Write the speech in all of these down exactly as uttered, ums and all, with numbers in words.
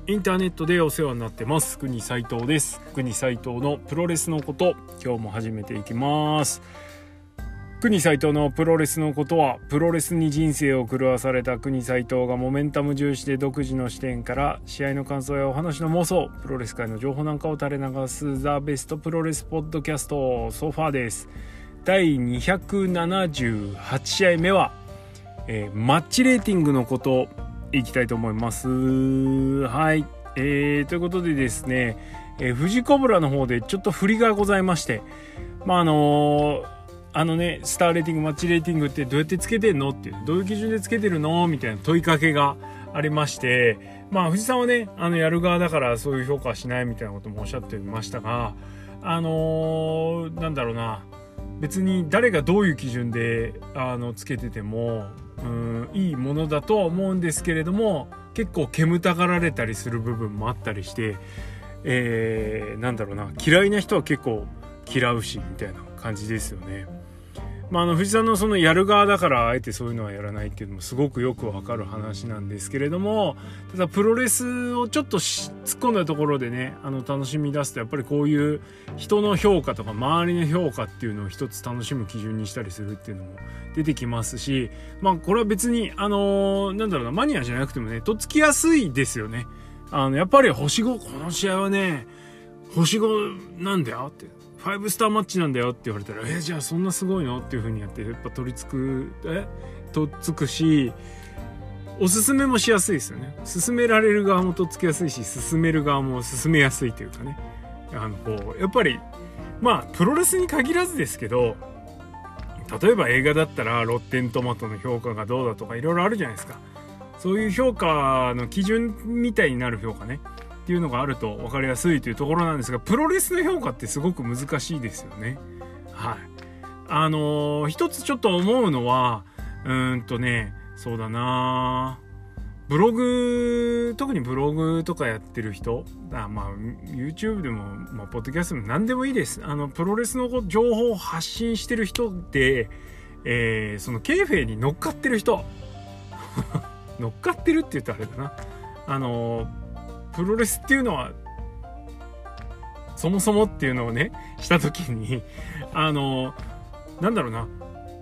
インターネットでお世話になってます国斉藤です。国斉藤のプロレスのこと、今日も始めていきます。国斉藤のプロレスのことは、プロレスに人生を狂わされた国斉藤がモメンタム重視で独自の視点から試合の感想やお話の妄想、プロレス界の情報なんかを垂れ流すザ・ベストプロレスポッドキャストソファーです。だいにひゃくななじゅうはち試合目は、えー、マッチレーティングのこといきたいと思います。はい、えー、ということでですね、えー、富士コブラの方でちょっと振りがございまして、まああのー、あのねスターレーティングマッチレーティングってどうやってつけてんのっていう、どういう基準でつけてるのみたいな問いかけがありまして、まあ藤さんはねあのやる側だからそういう評価はしないみたいなこともおっしゃってましたが、あのー、なんだろうな、別に誰がどういう基準であのつけててもうんいいものだとは思うんですけれども、結構煙たがられたりする部分もあったりして、えー、なんだろうな、嫌いな人は結構嫌うしみたいな感じですよね。まあ、あの藤さんのそのやる側だからあえてそういうのはやらないっていうのもすごくよくわかる話なんですけれども、ただプロレスをちょっと突っ込んだところでねあの楽しみ出すと、やっぱりこういう人の評価とか周りの評価っていうのを一つ楽しむ基準にしたりするっていうのも出てきますし、まあこれは別にあのなんだろうな、マニアじゃなくてもねとっつきやすいですよね。あのやっぱり星ご、この試合はね星ごなんだよって、ファイブスターマッチなんだよって言われたら、えじゃあそんなすごいのっていう風にやってやっぱ取り付くえとっつくし、おすすめもしやすいですよね。勧められる側もとっつきやすいし、勧める側も勧めやすいというかね、あのこうやっぱりまあプロレスに限らずですけど、例えば映画だったらロッテントマトの評価がどうだとかいろいろあるじゃないですか。そういう評価の基準みたいになる評価ねっていうのがあると分かりやすいというところなんですが、プロレスの評価ってすごく難しいですよね。はい。あのー、一つちょっと思うのはうーんとねそうだなブログ、特にブログとかやってる人、あまあ YouTube でも、まあ、ポッドキャストでも何でもいいです。あのプロレスの情報を発信してる人で、えー、そのケーフェイに乗っかってる人乗っかってるって言ったらあれだな、あのプロレスっていうのはそもそもっていうのをねした時に、あのなんだろうな、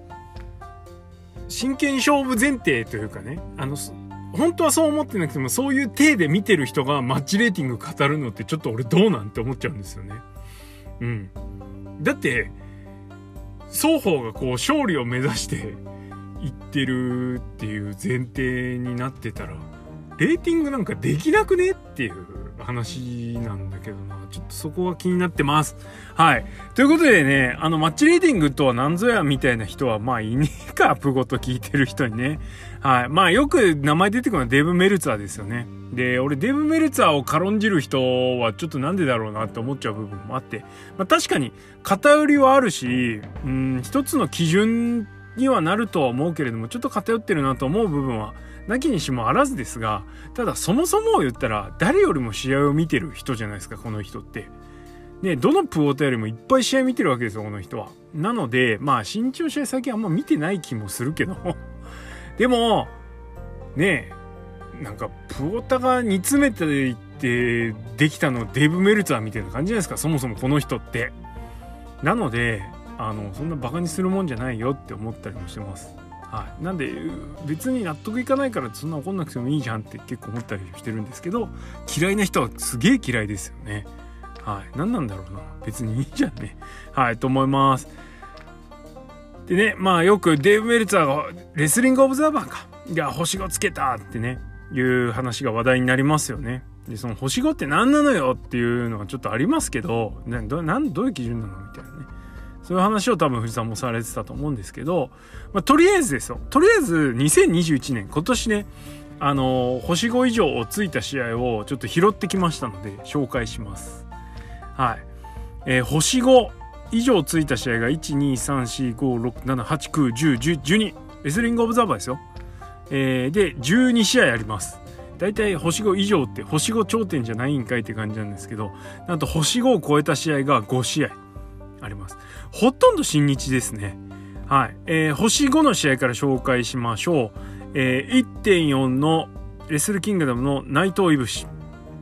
真剣勝負前提というかね、あの本当はそう思ってなくてもそういう体で見てる人がマッチレーティング語るのってちょっと俺どうなんて思っちゃうんですよね。うん。だって双方がこう勝利を目指していってるっていう前提になってたらレーティングなんかできなくねっていう話なんだけどな、ちょっとそこは気になってます。はい。ということでね、あのマッチレーティングとは何ぞやみたいな人はまあいねえか、プゴと聞いてる人にね。はい。まあよく名前出てくるのはデーブ・メルツァーですよね。で、俺デーブ・メルツァーを軽んじる人はちょっとなんでだろうなって思っちゃう部分もあって、まあ確かに偏りはあるし、うん、一つの基準にはなるとは思うけれども、ちょっと偏ってるなと思う部分はなきにしもあらずですが、ただそもそもを言ったら誰よりも試合を見てる人じゃないですか、この人ってね。どのプオータよりもいっぱい試合見てるわけですよ、この人は。なのでまあ新潮試合最近あんま見てない気もするけどでもねえ、なんかプオータが煮詰めていってできたのデーブ・メルツァーみたいな感じじゃないですか、そもそもこの人って。なのであのそんなバカにするもんじゃないよって思ったりもしてます。はい、なんで別に納得いかないからそんな怒んなくてもいいじゃんって結構思ったりしてるんですけど、嫌いな人はすげえ嫌いですよね。はい、何なんだろうな、別にいいじゃんね。はいと思います。でね、まあよくデーブ・メルツァーがレスリングオブザーバーかが星ごつけたってねいう話が話題になりますよね。でその星ごって何なのよっていうのがちょっとありますけど、などなんどういう基準なのみたいなね、そういう話を多分藤さんもされてたと思うんですけど、まあ、とりあえずですよ。とりあえずにせんにじゅういちねん、今年ね、あのー、星ご以上をついた試合をちょっと拾ってきましたので紹介します。はい。えー、星ご以上ついた試合がいち、に、さん、よん、ご、ろく、なな、はち、きゅう、じゅう、じゅう、じゅうに。レスリングオブザーバーですよ。えー、で、じゅうに試合あります。だいたい星ご以上って星ご頂点じゃないんかいって感じなんですけど、なんと星ごを超えた試合がご試合あります。ほとんど新日ですね。はい。えー、星ごの試合から紹介しましょう。えー、いってんよん のレスルキングダムの内藤いぶし。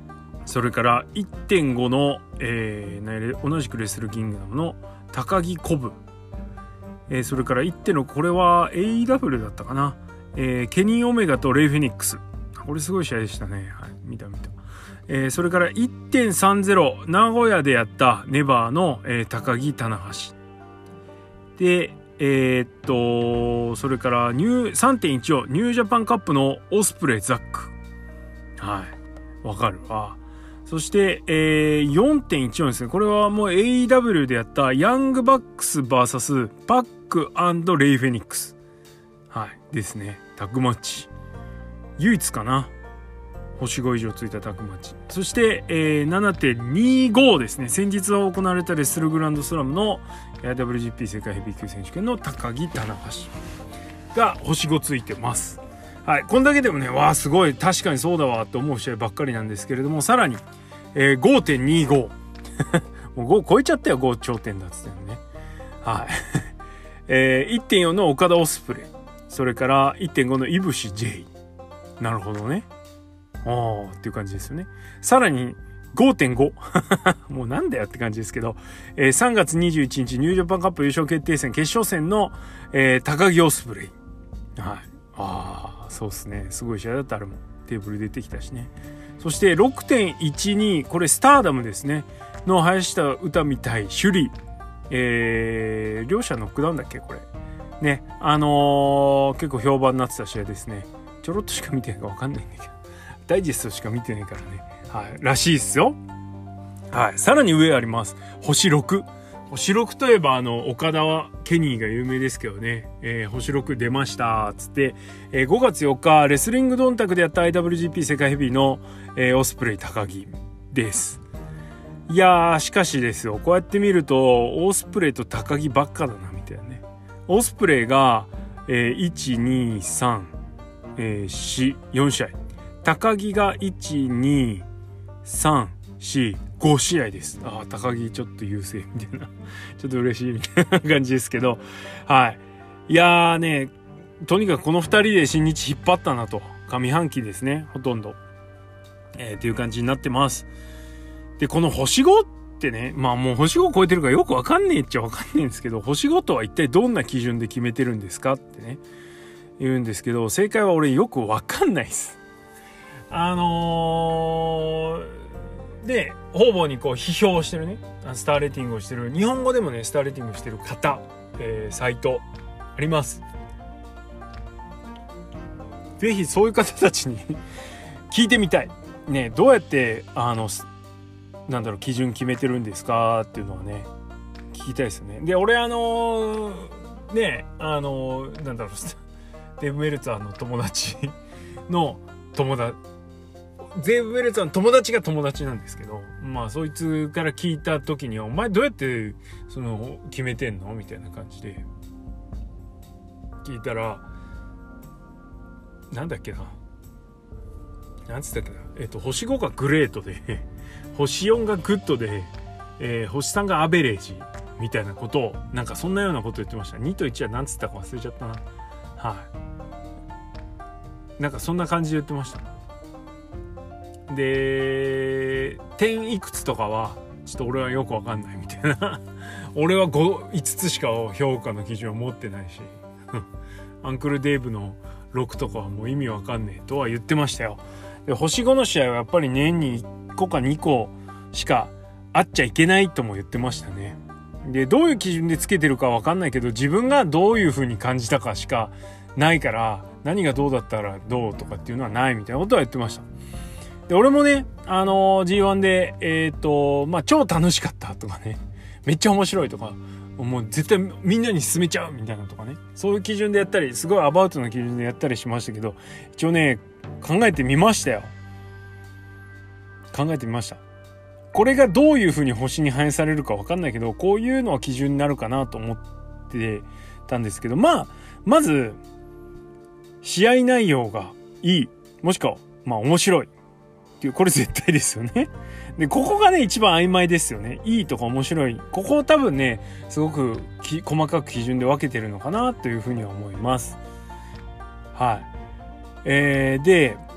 それから いってんご の、えー、同じくレスルキングダムの高木コブ、えー、それから いってんろく これは エーイーダブリュー だったかな、えー、ケニー・オメガとレイ・フェニックス、これすごい試合でしたね。はい、見た見た。えー、それから いってんさんぜろ 名古屋でやったネバーの、えー、高木棚橋で、えー、っとそれからニュー さんてんいちよん ニュージャパンカップのオスプレイザック、はいわかるわ。そして、えー、よんてんいちよん ですね。これはもう エーイーダブリュー でやったヤングバックス ブイエス パック&レイ・フェニックス、はいですね。タッグマッチ唯一かな、星ご以上ついたタッグマッチ。そして、えー、ななてんにご ですね。先日行われたレスルグランドスラムの ダブリュージーピー 世界ヘビー級選手権の高木棚橋が星ごついてます。はい、こんだけでもね、わあすごい確かにそうだわって思う試合ばっかりなんですけれども、さらに、えー、ごてんにご もうご超えちゃったよ、ご頂点だっつってのね。はい、えー、いってんよん の岡田オスプレイ、それから いってんご のいぶし J、 なるほどね、あーっていう感じですよね。さらに ごてんご もうなんだよって感じですけど、えー、さんがつにじゅういちにちニュージャパンカップ優勝決定戦決勝戦の、えー、高木オスプレイ、はい、ああそうですね、すごい試合だった。あれもテーブル出てきたしね。そして ろくてんいちに これスターダムですねの林田歌みたい首里、えー、両者ノックダウンだっけこれね、あのー、結構評判になってた試合ですね。ちょろっとしか見てないか分かんないんだけど、ダイジェストしか見てないからね、はい、らしいっすよ。はい、さらに上あります。星ろく、星ろくといえばあの岡田はケニーが有名ですけどね、えー、星ろく出ましたっつって、えー、ごがつよっかレスリングドンタクでやった アイダブリュージーピー 世界ヘビーの、えー、オスプレイ高木です。いやーしかしですよ、こうやって見るとオスプレイと高木ばっかだなみたいなね。オスプレイが、えー、いち、に、さん、えー、よん、よん試合、高木がいち、に、さん、よん、ご試合です。ああ高木ちょっと優勢みたいなちょっと嬉しいみたいな感じですけど、はいいやーね、とにかくこのふたりで新日引っ張ったなと、上半期ですねほとんど、えー、っていう感じになってます。でこの星ごってね、まあもう星ご超えてるからよくわかんねえっちゃわかんねえんですけど、星ごとは一体どんな基準で決めてるんですかってね言うんですけど、正解は俺よくわかんないです。あのー、で方々にこう批評してるね、スターレーティングをしてる、日本語でもねスターレーティングしてる方、えー、サイトあります。ぜひそういう方たちに聞いてみたいね、どうやってあのなんだろう基準決めてるんですかっていうのはね聞きたいですよね。で俺あのー、ねあのー、なんだろうデーブ・メルツァーの友達の友達デーブ・メルツァーの友達が友達なんですけど、まあそいつから聞いた時にお前どうやってその決めてんのみたいな感じで聞いたら、なんだっけななんつったっけなえっと星ごがグレートで星よんがグッドで、えー、星さんがアベレージみたいなことをなんかそんなようなこと言ってました。にといちは何つったか忘れちゃったな。はいなんかそんな感じで言ってました。で点いくつとかはちょっと俺はよくわかんないみたいな俺は ご, いつつしか評価の基準を持ってないしアンクルデーブのろくとかはもう意味わかんねえとは言ってましたよ。で星ごの試合はやっぱり年にいっこかにこしかあっちゃいけないとも言ってましたね。でどういう基準でつけてるかわかんないけど自分がどういう風に感じたかしかないから、何がどうだったらどうとかっていうのはないみたいなことは言ってました。で俺もねあのー、ジーワン でえっ、ー、とまあ超楽しかったとかね、めっちゃ面白いとか、もう絶対みんなに勧めちゃうみたいなとかね、そういう基準でやったりすごいアバウトな基準でやったりしましたけど、一応ね考えてみましたよ。考えてみました。これがどういう風に星に反映されるか分かんないけど、こういうのは基準になるかなと思ってたんですけど、まあまず試合内容がいい、もしくはまあ面白いっていう、これ絶対ですよね。でここがね一番曖昧ですよね。いいとか面白い、ここを多分ねすごくき細かく基準で分けてるのかなというふうには思います。はい。えー、で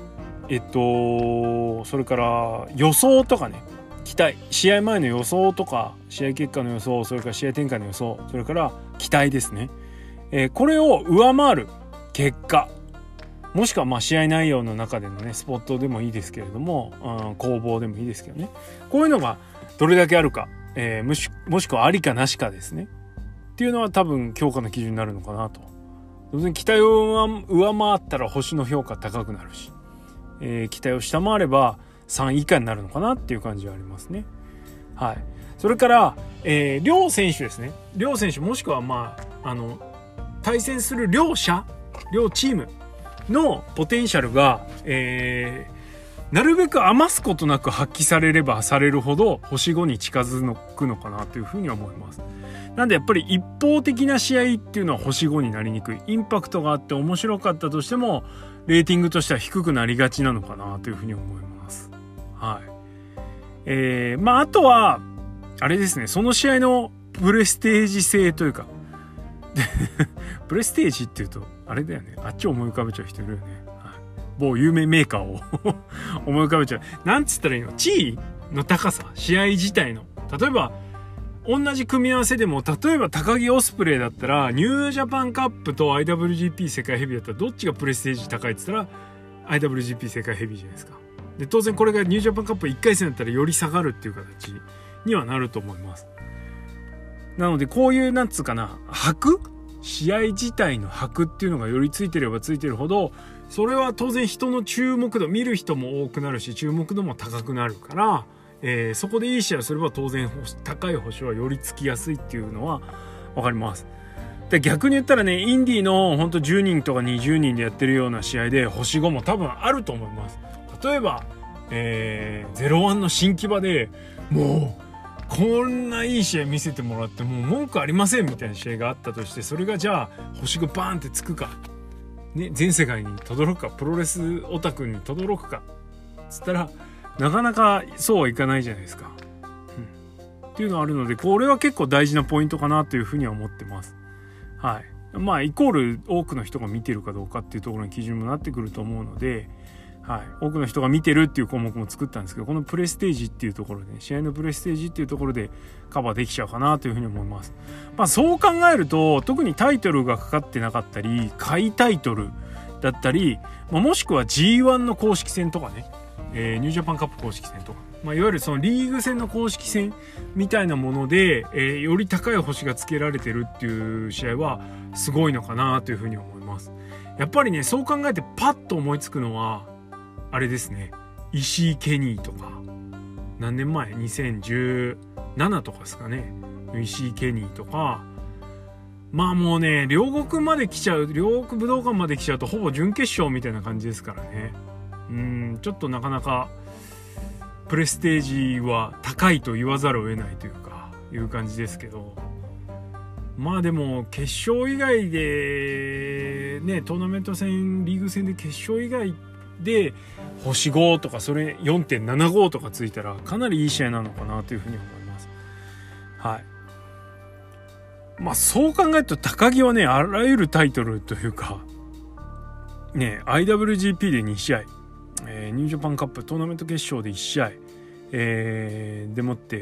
えっとそれから予想とかね、期待、試合前の予想とか試合結果の予想、それから試合展開の予想、それから期待ですね、えー、これを上回る結果、もしくはまあ試合内容の中でのねスポットでもいいですけれども、うん、攻防でもいいですけどね、こういうのがどれだけあるか、えー、もし、もしくはありかなしかですねっていうのは多分評価の基準になるのかなと。当然期待を上回ったら星の評価高くなるし、えー、期待を下回ればさん以下になるのかなっていう感じはありますね。はい。それから、えー、両選手ですね。両選手もしくはまああの対戦する両者、両チームのポテンシャルが、えー、なるべく余すことなく発揮されればされるほど星ごに近づくのかなというふうには思います。なんでやっぱり一方的な試合っていうのは星ごになりにくい。インパクトがあって面白かったとしてもレーティングとしては低くなりがちなのかなというふうに思います。はい。えー、まああとはあれですね、その試合のプレステージ性というかプレステージっていうとあれだよね、あっちを思い浮かべちゃう人いるよね、はい、某有名メーカーを思い浮かべちゃう。なんつったらいいの、地位の高さ、試合自体の、例えば同じ組み合わせでも、例えば高木オスプレイだったらニュージャパンカップと アイダブリュージーピー 世界ヘビーだったらどっちがプレステージ高いって言ったら アイダブリュージーピー 世界ヘビーじゃないですか。で当然これがニュージャパンカップいっかい戦だったらより下がるっていう形にはなると思います。なのでこういうなんつうかな、箔、試合自体の箔っていうのがよりついてればついてるほど、それは当然人の注目度、見る人も多くなるし注目度も高くなるから、えー、そこでいい試合をすれば当然高い星はよりつきやすいっていうのは分かります。で逆に言ったらね、インディーのほんとじゅうにんとかにじゅうにんでやってるような試合で星ごも多分あると思います。例えば、えー、ゼロワンの新木場でもうこんないい試合見せてもらってもう文句ありませんみたいな試合があったとして、それがじゃあ星ごバーンってつくか、ね、全世界に轟くか、プロレスオタクに轟くかつったらなかなかそうはいかないじゃないですか、うん、っていうのがあるので、これは結構大事なポイントかなというふうには思ってます。はい。まあイコール多くの人が見てるかどうかっていうところの基準にもなってくると思うので、はい、多くの人が見てるっていう項目も作ったんですけど、このプレステージっていうところで、ね、試合のプレステージっていうところでカバーできちゃうかなというふうに思います。まあそう考えると、特にタイトルがかかってなかったり、下位タイトルだったり、まあ、もしくは ジーワン の公式戦とかね、えー、ニュージャパンカップ公式戦とか、まあ、いわゆるそのリーグ戦の公式戦みたいなもので、えー、より高い星がつけられてるっていう試合はすごいのかなというふうに思います。やっぱりね、そう考えてパッと思いつくのはあれですね、石井ケニーとか、何年前にせんじゅうななとかですかね、石井ケニーとか、まあもうね、両国まで来ちゃう、両国武道館まで来ちゃうとほぼ準決勝みたいな感じですからね。うん、ちょっとなかなかプレステージは高いと言わざるを得ないというかいう感じですけど、まあでも決勝以外でね、トーナメント戦、リーグ戦で決勝以外で星ごとかそれ よんてんななご とかついたらかなりいい試合なのかなというふうに思います。はい。まあそう考えると高木はね、あらゆるタイトルというかね、 アイダブリュージーピー でに試合、えー、ニュージャパンカップトーナメント決勝でいち試合、えー、でもって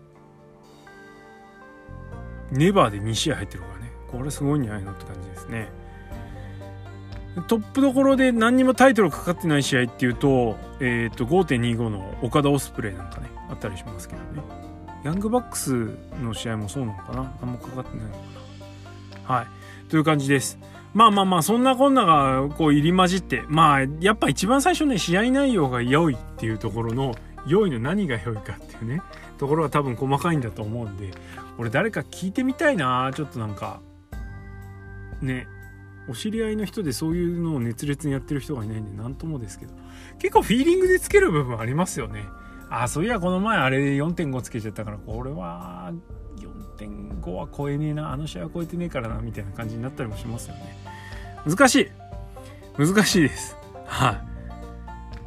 ネバーでに試合入ってるからね、これすごいんじゃないのって感じですね。トップどころで何にもタイトルかかってない試合っていうと、えー、と ごてんにご の岡田オスプレイなんかねあったりしますけどね。ヤングバックスの試合もそうなのかな、何もかかってないのかな。はい、という感じです。まあまあまあ、そんなこんながこう入り混じって、まあやっぱ一番最初ね、試合内容が良いっていうところの良いの何が良いかっていうねところは多分細かいんだと思うんで、俺誰か聞いてみたいな。ちょっとなんかね、お知り合いの人でそういうのを熱烈にやってる人がいないんで何ともですけど、結構フィーリングでつける部分ありますよね。あ、そういやこの前あれ よんてんご つけちゃったから、これは よんてんご は超えねえな、あの試合は超えてねえからなみたいな感じになったりもしますよね。難しい難しいです。はい。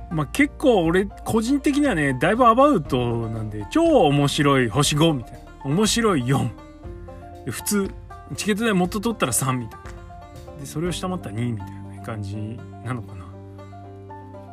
まあ結構俺個人的にはね、だいぶアバウトなんで、超面白い星ごみたいな、面白いよんで、普通チケット代もっと取ったらさんみたいなで、それを下回ったらにみたいな感じなのかな。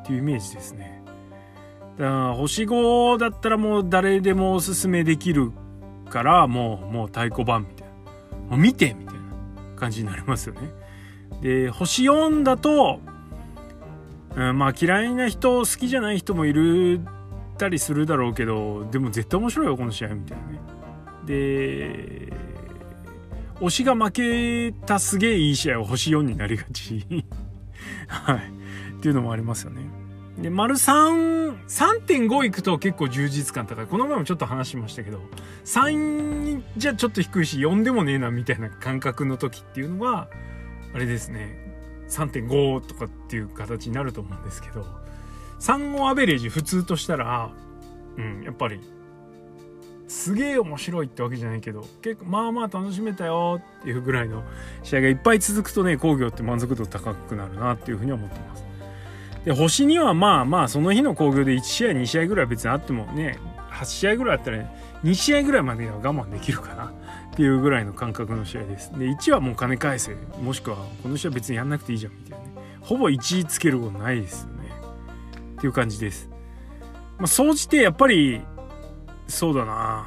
っていうイメージですね。だから星ごだったらもう誰でもおすすめできるからもうもう太鼓判みたいな、もう見てみたいな感じになりますよね。で星よんだと、うん、まあ嫌いな人好きじゃない人もいるたりするだろうけど、でも絶対面白いよこの試合みたいなね。で推しが負けたすげえいい試合は星よんになりがちはいっていうのもありますよね。で丸さん さんてんご いくと結構充実感高い。この前もちょっと話しましたけど、さんじゃちょっと低いしよんでもねえなみたいな感覚の時っていうのはあれですね、 さんてんご とかっていう形になると思うんですけど、さんをアベレージ普通としたら、うんやっぱりすげえ面白いってわけじゃないけど結構まあまあ楽しめたよっていうぐらいの試合がいっぱい続くとね、興行って満足度高くなるなっていうふうに思ってます。で星にはまあまあその日の興行でいち試合に試合ぐらい別にあってもね、はち試合ぐらいあったらに試合ぐらいまでは我慢できるかなっていうぐらいの感覚の試合です。でいちはもう金返せ、もしくはこの試合別にやんなくていいじゃんみたいなね、ほぼいちつけることないですよねっていう感じです。まあ総じてやっぱりそうだな、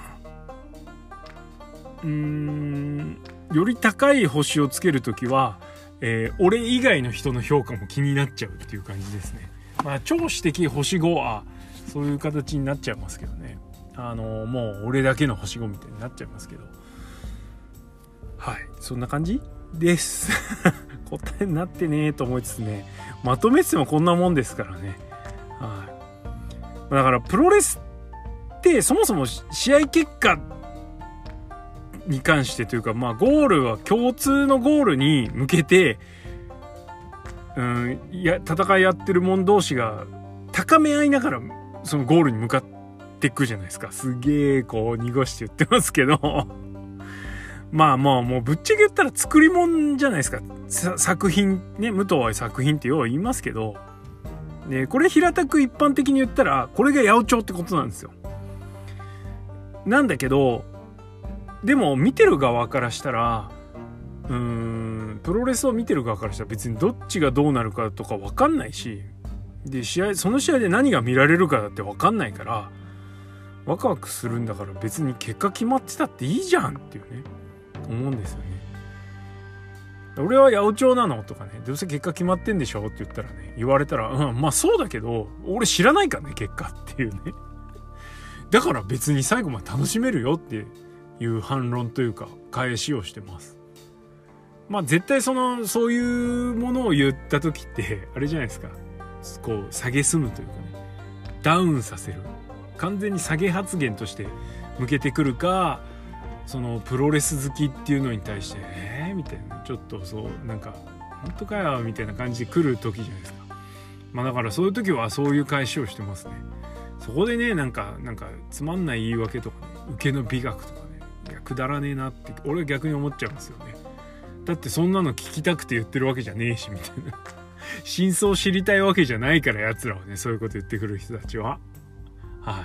うーんより高い星をつけるときは、えー、俺以外の人の評価も気になっちゃうっていう感じですね。まあ超私的星ごはそういう形になっちゃいますけどね、あのー、もう俺だけの星ごみたいになっちゃいますけど、はいそんな感じです答えになってねえと思いつつね、まとめてもこんなもんですからね。はいだからプロレスってそもそも試合結果に関してというか、まあゴールは共通のゴールに向けて、うん、いや戦いやってる者同士が高め合いながらそのゴールに向かっていくじゃないですか。すげえこう濁して言ってますけどまあまあもうぶっちゃけ言ったら作り物じゃないですか。作品ね、武藤愛作品ってよう言いますけど、でこれ平たく一般的に言ったらこれが八百長ってことなんですよ。なんだけどでも見てる側からしたらうーんプロレスを見てる側からしたら別にどっちがどうなるかとか分かんないし、で試合その試合で何が見られるかだって分かんないからワクワクするんだから別に結果決まってたっていいじゃんっていうね思うんですよね。俺は八百長なのとかね、どうせ結果決まってんでしょって言ったらね言われたら、うんまあそうだけど俺知らないからね結果っていうねだから別に最後まで楽しめるよっていう反論というか返しをしてます。まあ絶対そのそういうものを言った時ってあれじゃないですか、こう下げすむというかねダウンさせる、完全に下げ発言として向けてくるか、そのプロレス好きっていうのに対してえーみたいなちょっとそうなんか本当かよみたいな感じで来る時じゃないですか。まあだからそういう時はそういう返しをしてますね。そこでねなんかなんかつまんない言い訳とかね受けの美学とかね、いやくだらねえなって俺は逆に思っちゃいますよね。だってそんなの聞きたくて言ってるわけじゃねえしみたいな真相知りたいわけじゃないから奴らはねそういうこと言ってくる人たちははい、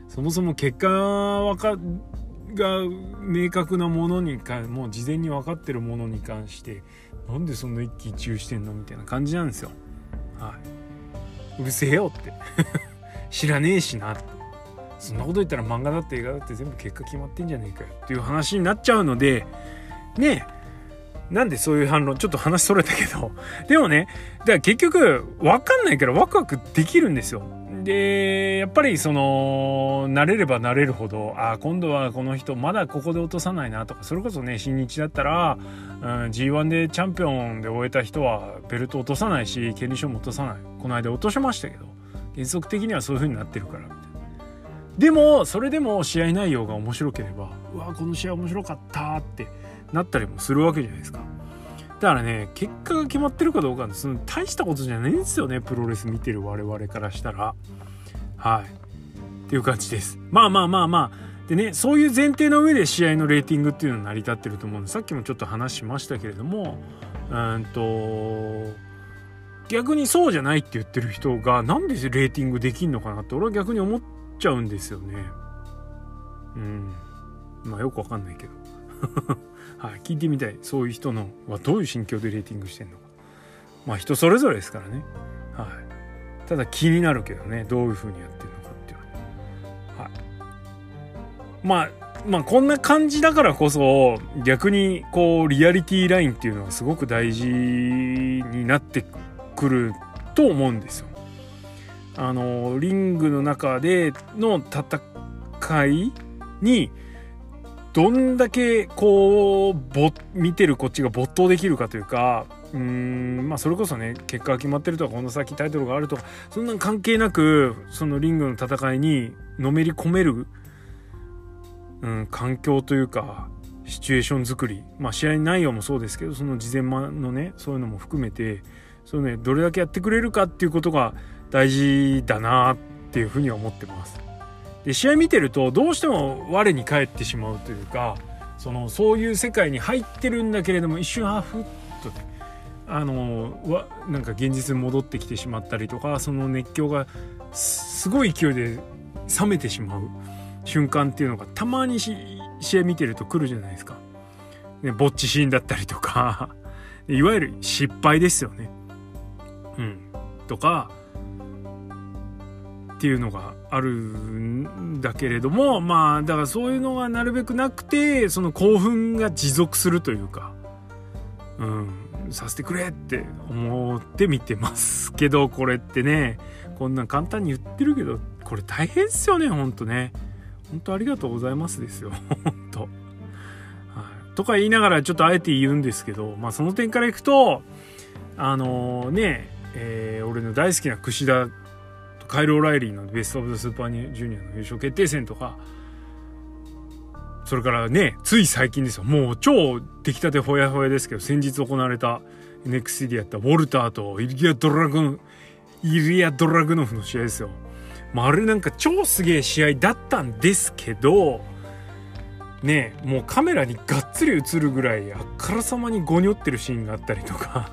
そもそも結果わかが明確なものにかもう事前に分かってるものに関してなんでそんな一喜一憂してんのみたいな感じなんですよ。はい、うるせえよって知らねえしなって、そんなこと言ったら漫画だって映画だって全部結果決まってんじゃねえかよっていう話になっちゃうのでねえ、なんでそういう反論ちょっと話それたけどでもねだから結局分かんないからワクワクできるんですよ。でやっぱりその慣れれば慣れるほどあ今度はこの人まだここで落とさないなとか、それこそね新日だったら、うん、ジーワン でチャンピオンで終えた人はベルト落とさないし権利書も落とさない、この間落としましたけど原則的にはそういう風になってるからみたいな。でもそれでも試合内容が面白ければうわこの試合面白かったってなったりもするわけじゃないですか。だからね結果が決まってるかどうかその大したことじゃないんですよね、プロレス見てる我々からしたら。はいっていう感じです。まあまあまあまあでね、そういう前提の上で試合のレーティングっていうのは成り立ってると思うんで、さっきもちょっと話しましたけれどもうんと逆にそうじゃないって言ってる人がなんでレーティングできんのかなって俺は逆に思っちゃうんですよね。うんまあよくわかんないけどはい、聞いてみたい、そういう人のはどういう心境でレーティングしてんのか。まあ人それぞれですからね。はい。 ただ気になるけどね、どういう風にやってるのかっていうのは、はい、まあまあこんな感じだからこそ逆にこうリアリティラインっていうのはすごく大事になってくると思うんですよ。あのリングの中での戦いにどんだけこうぼ見てるこっちが没頭できるかというか、うーんまあそれこそね結果が決まってるとかこの先タイトルがあるとかそんな関係なくそのリングの戦いにのめり込める、うん、環境というかシチュエーション作り、まあ試合内容もそうですけどその事前のねそういうのも含めてそうねどれだけやってくれるかっていうことが大事だなっていうふうには思ってます。で試合見てるとどうしても我に返ってしまうというかそのそういう世界に入ってるんだけれども一瞬あふっとねあのわなんか現実に戻ってきてしまったりとかその熱狂がすごい勢いで冷めてしまう瞬間っていうのがたまにし試合見てると来るじゃないですか、ね、ぼっちシーンだったりとかいわゆる失敗ですよね、うん、とかっていうのがあるんだけれどもまあだからそういうのがなるべくなくてその興奮が持続するというか、うん、させてくれって思って見てますけどこれってねこんなん簡単に言ってるけどこれ大変ですよねほんとねほんとありがとうございますですよほんと、はい、とか言いながらちょっとあえて言うんですけどまあその点からいくとあのー、ね、えー、俺の大好きな櫛田カイル・オライリーのベストオブザスーパージュニアの優勝決定戦とかそれからねつい最近ですよもう超出来たてほやほやですけど先日行われた エヌエックスティー でやったウォルターとイリア・ドラグノイリア・ドラグノフの試合ですよ、まあ、あれなんか超すげえ試合だったんですけどねもうカメラにがっつり映るぐらいあからさまにゴニョってるシーンがあったりとか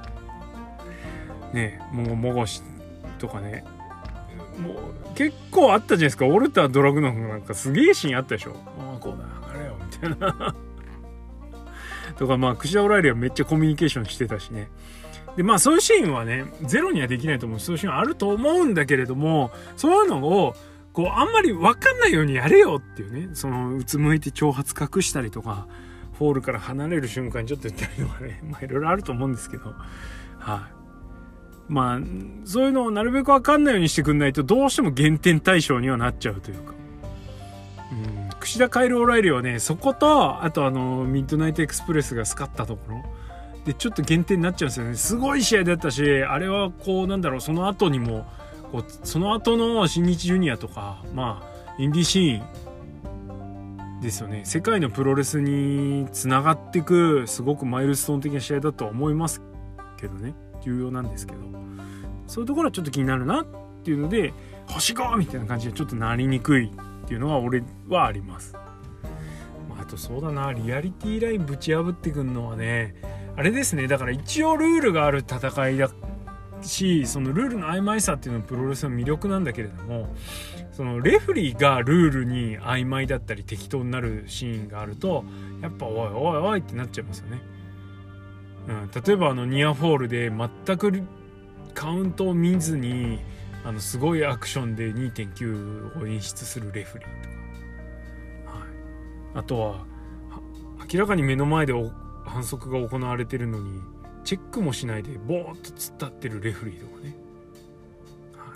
ねもうもごしとかねもう結構あったじゃないですか。オルタードラグノフなんかすげえシーンあったでしょ。ああこうだあれよみたいなとかまあクシアオライリはめっちゃコミュニケーションしてたしね。でまあそういうシーンはねゼロにはできないと思うそういうシーンあると思うんだけれどもそういうのをこうあんまり分かんないようにやれよっていうねそのうつむいて挑発隠したりとかフォールから離れる瞬間にちょっと言ったりとかねまあいろいろあると思うんですけどはい、あ、まあそういうのをなるべく分かんないようにしてくんないとどうしても減点対象にはなっちゃうというか、うん、櫛田カイル・オライリーはねそことあとあのミッドナイトエクスプレスがスカったところでちょっと減点になっちゃうんですよね。すごい試合だったしあれはこうなんだろうその後にもこうその後の新日ジュニアとかまあインディーシーンですよね世界のプロレスにつながっていくすごくマイルストーン的な試合だとは思いますけどね重要なんですけどそういうところはちょっと気になるなっていうので星ごみたいな感じでちょっとなりにくいっていうのが俺はあります、まあ、あとそうだなリアリティラインぶち破ってくんのはねあれですねだから一応ルールがある戦いだしそのルールの曖昧さっていうのはプロレスの魅力なんだけれどもそのレフリーがルールに曖昧だったり適当になるシーンがあるとやっぱおいおいおいってなっちゃいますよね、うん、例えばあのニアフォールで全くカウントを見ずにあのすごいアクションで にてんきゅう を演出するレフリーとか、はい、あとは明らかに目の前で反則が行われてるのにチェックもしないでボーッと突っ立ってるレフリーとかね、はい、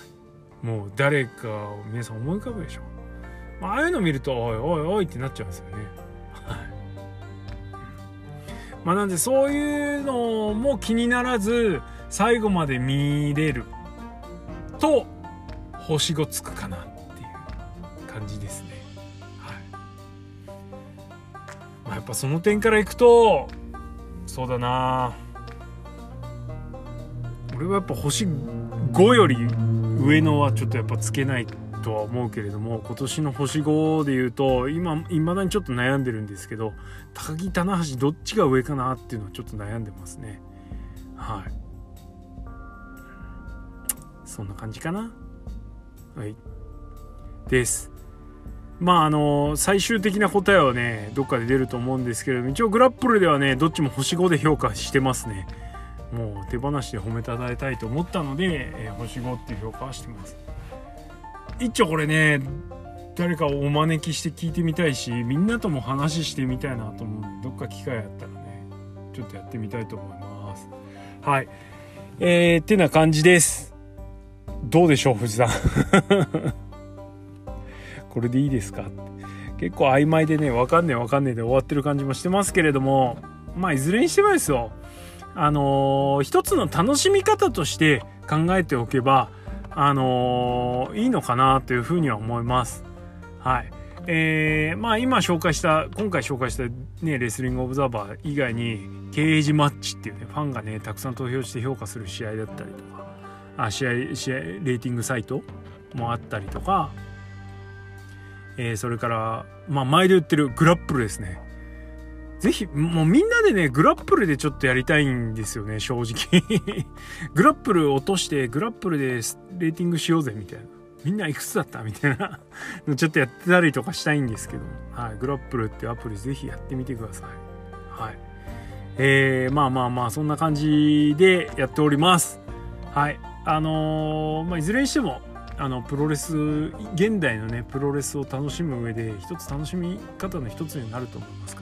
もう誰かを皆さん思い浮かぶでしょ、まあ、ああいうの見るとおいおいおいってなっちゃうんですよね、はい、まあなんでそういうのも気にならず最後まで見れると星ごつくかなっていう感じですね、はいまあ、やっぱその点からいくとそうだな俺はやっぱ星ごより上のはちょっとやっぱつけないとは思うけれども今年の星ごでいうと今いまだにちょっと悩んでるんですけど高木棚橋どっちが上かなっていうのはちょっと悩んでますね。はいそんな感じかな。はいです。まああの最終的な答えはねどっかで出ると思うんですけれども一応グラップルではねどっちも星ごで評価してますね。 もう手放しで褒めたたえたいと思ったので、えー、星ごっていう評価はしてます。一応これね誰かをお招きして聞いてみたいし、みんなとも話してみたいなと思うので、どっか機会あったらねちょっとやってみたいと思います。はい、えー、ってな感じです。どうでしょう藤さんこれでいいですかって、結構曖昧でね、わかんねえわかんねえで終わってる感じもしてますけれども、まあいずれにしてもですよ、あのー、一つの楽しみ方として考えておけば、あのー、いいのかなというふうには思います。はい。えー、まあ今紹介した今回紹介したねレスリングオブザーバー以外にケージマッチっていうね、ファンがねたくさん投票して評価する試合だったりとか、あ試合試合レーティングサイトもあったりとか、えー、それからまあ前で売ってるグラップルですね。ぜひもうみんなでねグラップルでちょっとやりたいんですよね、正直グラップル落としてグラップルでレーティングしようぜみたいな、みんないくつだったみたいなのちょっとやってたりとかしたいんですけど、はい、グラップルっていうアプリぜひやってみてください。はい、えー、まあまあまあそんな感じでやっております。はい、あのー、まあいずれにしてもあのプロレス現代のねプロレスを楽しむ上で一つ楽しみ方の一つになると思いますから、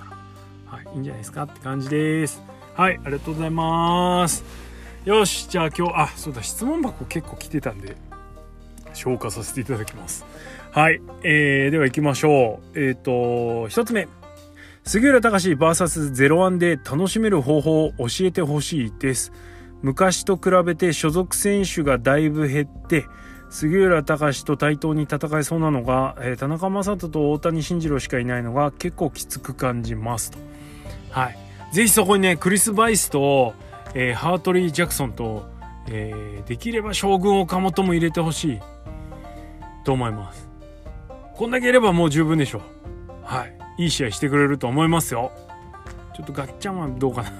はい、いいんじゃないですかって感じです。はい、ありがとうございます。よし、じゃあ今日あそうだ質問箱結構来てたんで消化させていただきます。はい、えー、では行きましょう。えっ、ー、と一つ目、杉浦隆 ブイエス ゼロワンで楽しめる方法を教えてほしいです。昔と比べて所属選手がだいぶ減って杉浦隆と対等に戦えそうなのが、えー、田中将人と大谷慎次郎しかいないのが結構きつく感じますと。はい、ぜひそこにねクリス・バイスと、えー、ハートリー・ジャクソンと、えー、できれば将軍岡本も入れてほしいと思います。こんだけいればもう十分でしょう。はい、いい試合してくれると思いますよ。ちょっとガッチャンはどうかな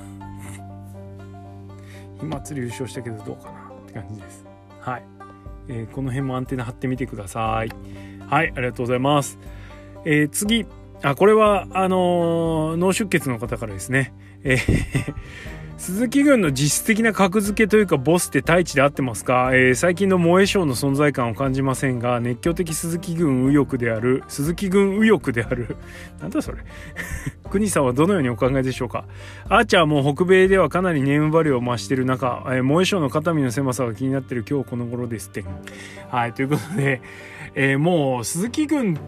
火祭り優勝したけどどうかなって感じです。はい、えー、この辺もアンテナ張ってみてください。はい、ありがとうございます。えー、次、あこれはあのー、脳出血の方からですね、えー鈴木軍の実質的な格付けというかボスって太一で合ってますか？えー、最近の萌え賞の存在感を感じませんが、熱狂的鈴木軍右翼である鈴木軍右翼であるなんだそれ国さんはどのようにお考えでしょうか？アーチャーも北米ではかなりネームバリューを増している中、えー、萌え賞の肩身の狭さが気になっている今日この頃ですって。はい、ということで、えー、もう鈴木軍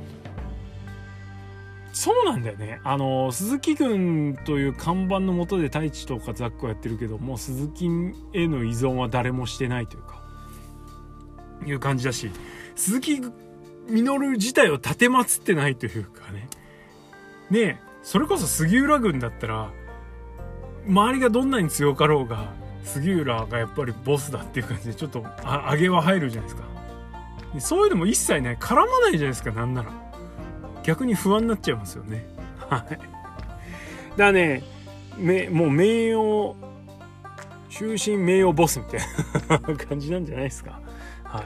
そうなんだよね。あの鈴木軍という看板の下で太一とかザックをやってるけども、鈴木への依存は誰もしてないというかいう感じだし、鈴木みのる自体を立てまつってないというかね。ねえ、それこそ杉浦軍だったら周りがどんなに強かろうが杉浦がやっぱりボスだっていう感じでちょっとあ上げは入るじゃないですか。そういうのも一切ね絡まないじゃないですか。なんなら逆に不安になっちゃいますよね。はい。だからね、めもう名誉終身名誉ボスみたいな感じなんじゃないですか。はい。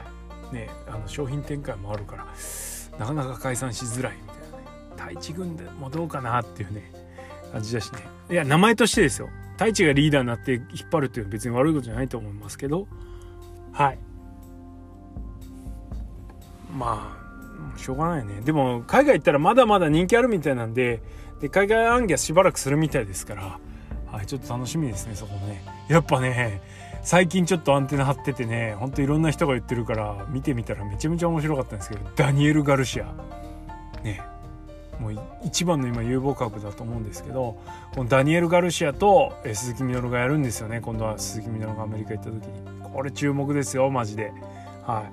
ね、あの商品展開もあるからなかなか解散しづらいみたいなね。太一軍でもどうかなっていうね感じだしね。いや名前としてですよ。太一がリーダーになって引っ張るっていうのは別に悪いことじゃないと思いますけど、はい。まあ。しょうがないね。でも海外行ったらまだまだ人気あるみたいなんで、で海外暗記はしばらくするみたいですから、はい、ちょっと楽しみですね。そこねやっぱね最近ちょっとアンテナ張っててね、ほんといろんな人が言ってるから見てみたらめちゃめちゃ面白かったんですけど、ダニエル・ガルシアね、もう一番の今有望株だと思うんですけど、このダニエル・ガルシアとえ鈴木みのるがやるんですよね。今度は鈴木みのるがアメリカ行った時に、これ注目ですよマジで。はい、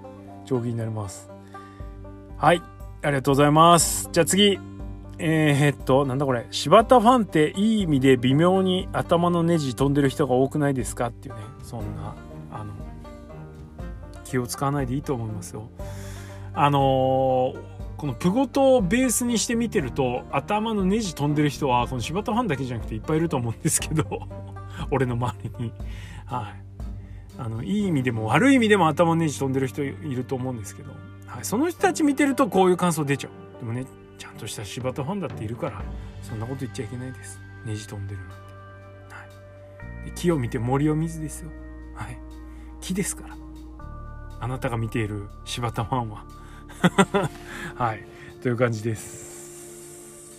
上気になります。はい、ありがとうございます。じゃあ次、えー、っとなんだこれ、柴田ファンっていい意味で微妙に頭のネジ飛んでる人が多くないですかっていうね、そんなあの気を使わないでいいと思いますよ。あのー、このプゴトをベースにして見てると頭のネジ飛んでる人はこの柴田ファンだけじゃなくていっぱいいると思うんですけど俺の周りに、はい、あのいい意味でも悪い意味でも頭のネジ飛んでる人いると思うんですけど、はい、その人たち見てるとこういう感想出ちゃう。でもね、ちゃんとした柴田ファンだっているからそんなこと言っちゃいけないです。ネジ飛んでるなんて、はい、 木を見て森を見ずですよ。はい。木ですから。あなたが見ている柴田ファンは。はい。という感じです。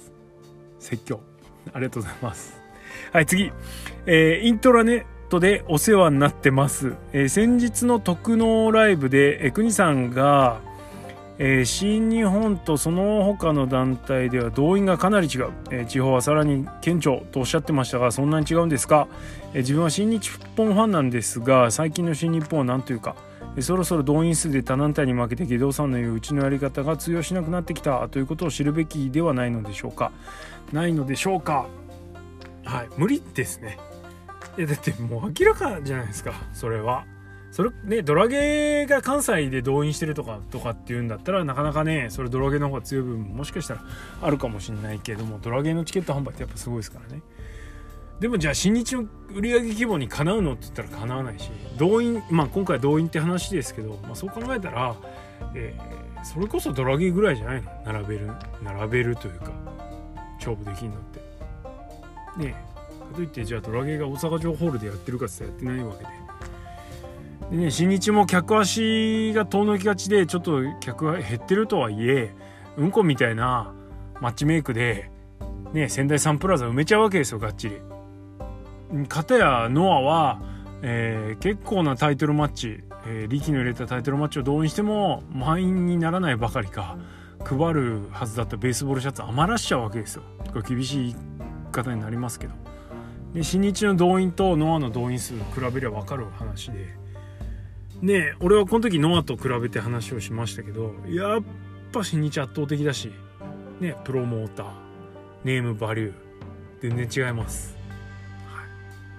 説教。ありがとうございます。はい、次。えー、イントラネットでお世話になってます。えー、先日の特納ライブで、えー、国さんが、えー、新日本とその他の団体では動員がかなり違う、えー、地方はさらに顕著とおっしゃってましたが、そんなに違うんですか？えー、自分は新日本ファンなんですが、最近の新日本は何というか、えー、そろそろ動員数で他団体に負けて、義堂さんの言ううちのやり方が通用しなくなってきたということを知るべきではないのでしょうか。ないのでしょうか。はい、無理ですね。いやだってもう明らかじゃないですか、それは。それね、ドラゲーが関西で動員してるとかとかっていうんだったら、なかなかね、それドラゲーの方が強い部分もしかしたらあるかもしれないけども、ドラゲーのチケット販売ってやっぱすごいですからね。でもじゃあ新日の売上規模にかなうのって言ったらかなわないし、動員、まあ今回動員って話ですけど、まあ、そう考えたら、えー、それこそドラゲーぐらいじゃないの、並べる並べるというか勝負できんのってねえ。かといってじゃあドラゲーが大阪城ホールでやってるかって言ったらやってないわけで。でね、新日も客足が遠のきがちでちょっと客が減ってるとはいえ、うんこみたいなマッチメイクで、ね、仙台サンプラザ埋めちゃうわけですよ、がっちり。かたやノアは、えー、結構なタイトルマッチ、えー、力の入れたタイトルマッチを動員しても満員にならないばかりか、配るはずだったベースボールシャツ余らしちゃうわけですよ。これ厳しい言い方になりますけど。で新日の動員とノアの動員数比べりゃ分かる話で、ね、俺はこの時ノアと比べて話をしましたけど、やっぱ新日圧倒的だし、ね、プロモーター、ネームバリュー全然違います、はい、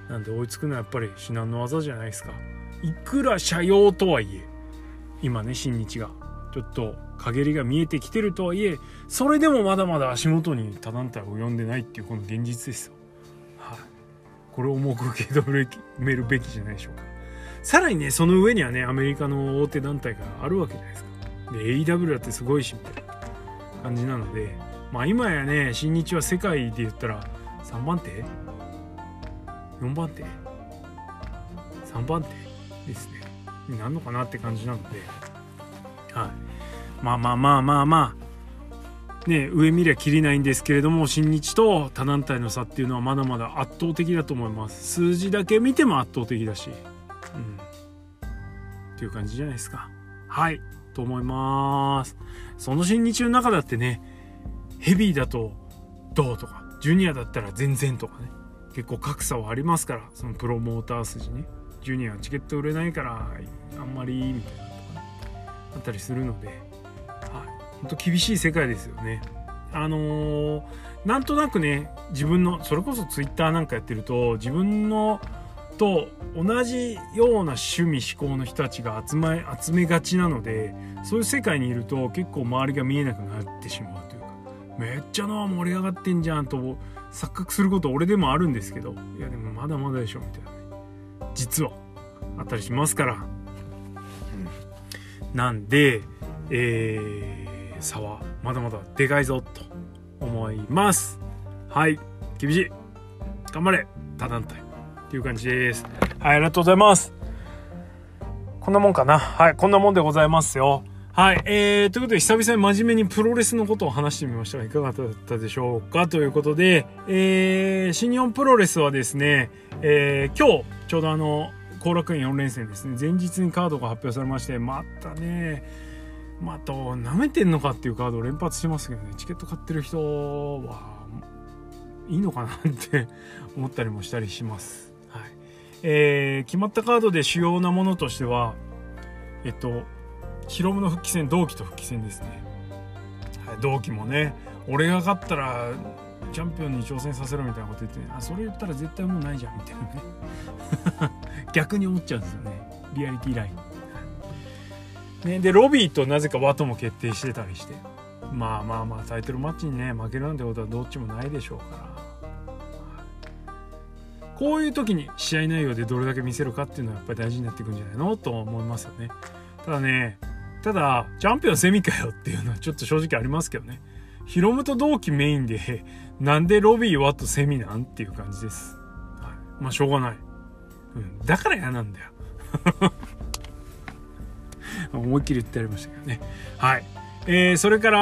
なんで追いつくのはやっぱり至難の技じゃないですか。いくら社用とはいえ、今ね新日がちょっと陰りが見えてきてるとはいえ、それでもまだまだ足元に他団体を及んでないっていうこの現実ですよ、はい、これを重く受け止めるべきじゃないでしょうか。さらにね、その上にはね、アメリカの大手団体があるわけじゃないですか。で エーイーダブリュー だってすごいしみたいな感じなので、まあ今やね、新日は世界で言ったらさんばん手 ?よん 番手 ?さん 番手ですねになるのかなって感じなので、はい、まあまあまあまあまあね、上見りゃきりないんですけれども、新日と他団体の差っていうのはまだまだ圧倒的だと思います。数字だけ見ても圧倒的だし、うん、っていう感じじゃないですか。はいと思います。その新日の中だってね、ヘビーだとどうとか、ジュニアだったら全然とかね、結構格差はありますから、そのプロモーター筋ね。ジュニアはチケット売れないからあんまりみたいなとかね、あったりするので、はい、本当厳しい世界ですよね。あのー、なんとなくね、自分のそれこそツイッターなんかやってると、自分のと同じような趣味嗜好の人たちが集め、集めがちなので、そういう世界にいると結構周りが見えなくなってしまうというか、めっちゃノア盛り上がってんじゃんと錯覚すること俺でもあるんですけど、いやでもまだまだでしょみたいなね、実はあったりしますから、うん、なんで、えー、差はまだまだでかいぞと思います。はい、厳しい、頑張れ他団体っていう感じです。はい、ありがとうございます。こんなもんかな。はい、こんなもんでございますよ。はい、えー、ということで久々に真面目にプロレスのことを話してみましたが、いかがだったでしょうかということで、えー、新日本プロレスはですね、えー、今日ちょうどあの後楽園よん連戦ですね、前日にカードが発表されまして、またね、また舐めてんのかっていうカードを連発してますけどね、チケット買ってる人はいいのかなって思ったりもしたりします。はい、えー、決まったカードで主要なものとしては、えっとヒロムの復帰戦、同期と復帰戦ですね。はい、同期もね、俺が勝ったらチャンピオンに挑戦させろみたいなこと言って、ね、あ、それ言ったら絶対もうないじゃんみたいなね逆に思っちゃうんですよね、リアリティライン、ね、でロビーとなぜかワトも決定してたりして、まあまあまあタイトルマッチにね負けるなんてことはどっちもないでしょうから、こういう時に試合内容でどれだけ見せるかっていうのはやっぱり大事になってくるんじゃないのと思いますよね。ただね、ただチャンピオンセミかよっていうのはちょっと正直ありますけどね。ヒロムと同期メインでなんでロビーワトセミなんっていう感じです。はい、まあしょうがない。 うん、だから嫌なんだよ思いっきり言ってやりましたけどね。はい、えー、それから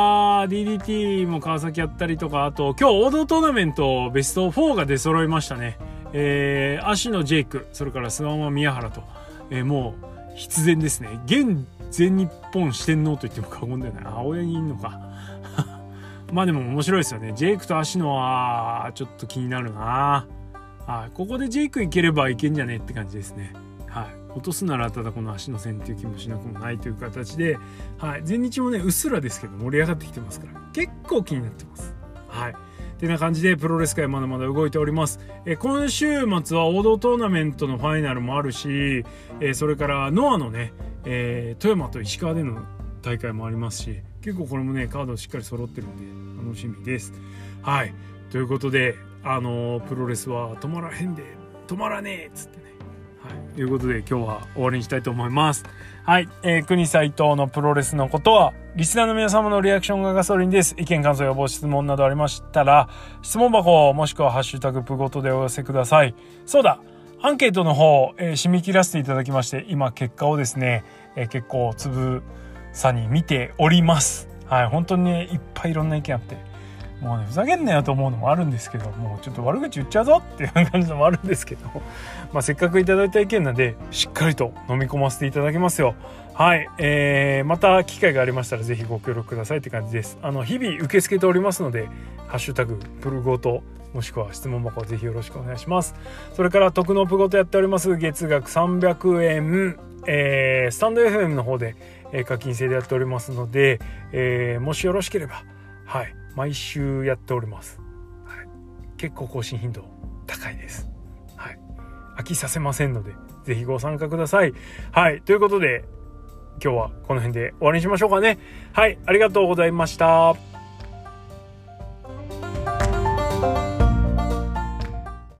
ディーディーティー も川崎やったりとか、あと今日王道トーナメントベストフォーが出揃いましたね。えー、芦野ジェイク、それから諏訪間宮原と、えー、もう必然ですね。現全日本四天王と言っても過言ではない。青柳いんのかまあでも面白いですよね。ジェイクと芦野はちょっと気になるな。はい、ここでジェイクいければいけんじゃねって感じですね。はい、落とすならただこの芦野戦っていう気もしなくもないという形で、はい、全日もねうっすらですけど盛り上がってきてますから結構気になってます。はい、ってな感じでプロレス界まだまだ動いております。え今週末は王道トーナメントのファイナルもあるし、えそれからノアのね、えー、富山と石川での大会もありますし、結構これもねカードしっかり揃ってるんで楽しみです。はい、ということであのー、プロレスは止まらへんで止まらねえっつってね、はい、ということで今日は終わりにしたいと思います。はい、えー、国斉藤のプロレスのことはリスナーの皆様のリアクションがガソリンです。意見感想予防質問などありましたら質問箱もしくはハッシュタグプごとでお寄せください。そうだ、アンケートの方、えー、締め切らせていただきまして、今結果をですね、えー、結構つぶさに見ております。はい、本当にねいっぱいいろんな意見あって、もうねふざけんなよと思うのもあるんですけど、もうちょっと悪口言っちゃうぞっていう感じのもあるんですけどまあせっかくいただいた意見なんでしっかりと飲み込ませていただきますよ。はい、えー、また機会がありましたらぜひご協力くださいって感じです。あの日々受け付けておりますのでハッシュタグプルゴトもしくは質問箱ぜひよろしくお願いします。それから徳のプゴトやっております。月額さんびゃくえん、えー、スタンド エフエム の方で、えー、課金制でやっておりますので、えー、もしよろしければはい毎週やっております。はい、結構更新頻度高いです。はい、飽きさせませんのでぜひご参加ください。はい、ということで今日はこの辺で終わりにしましょうかね。はい、ありがとうございました。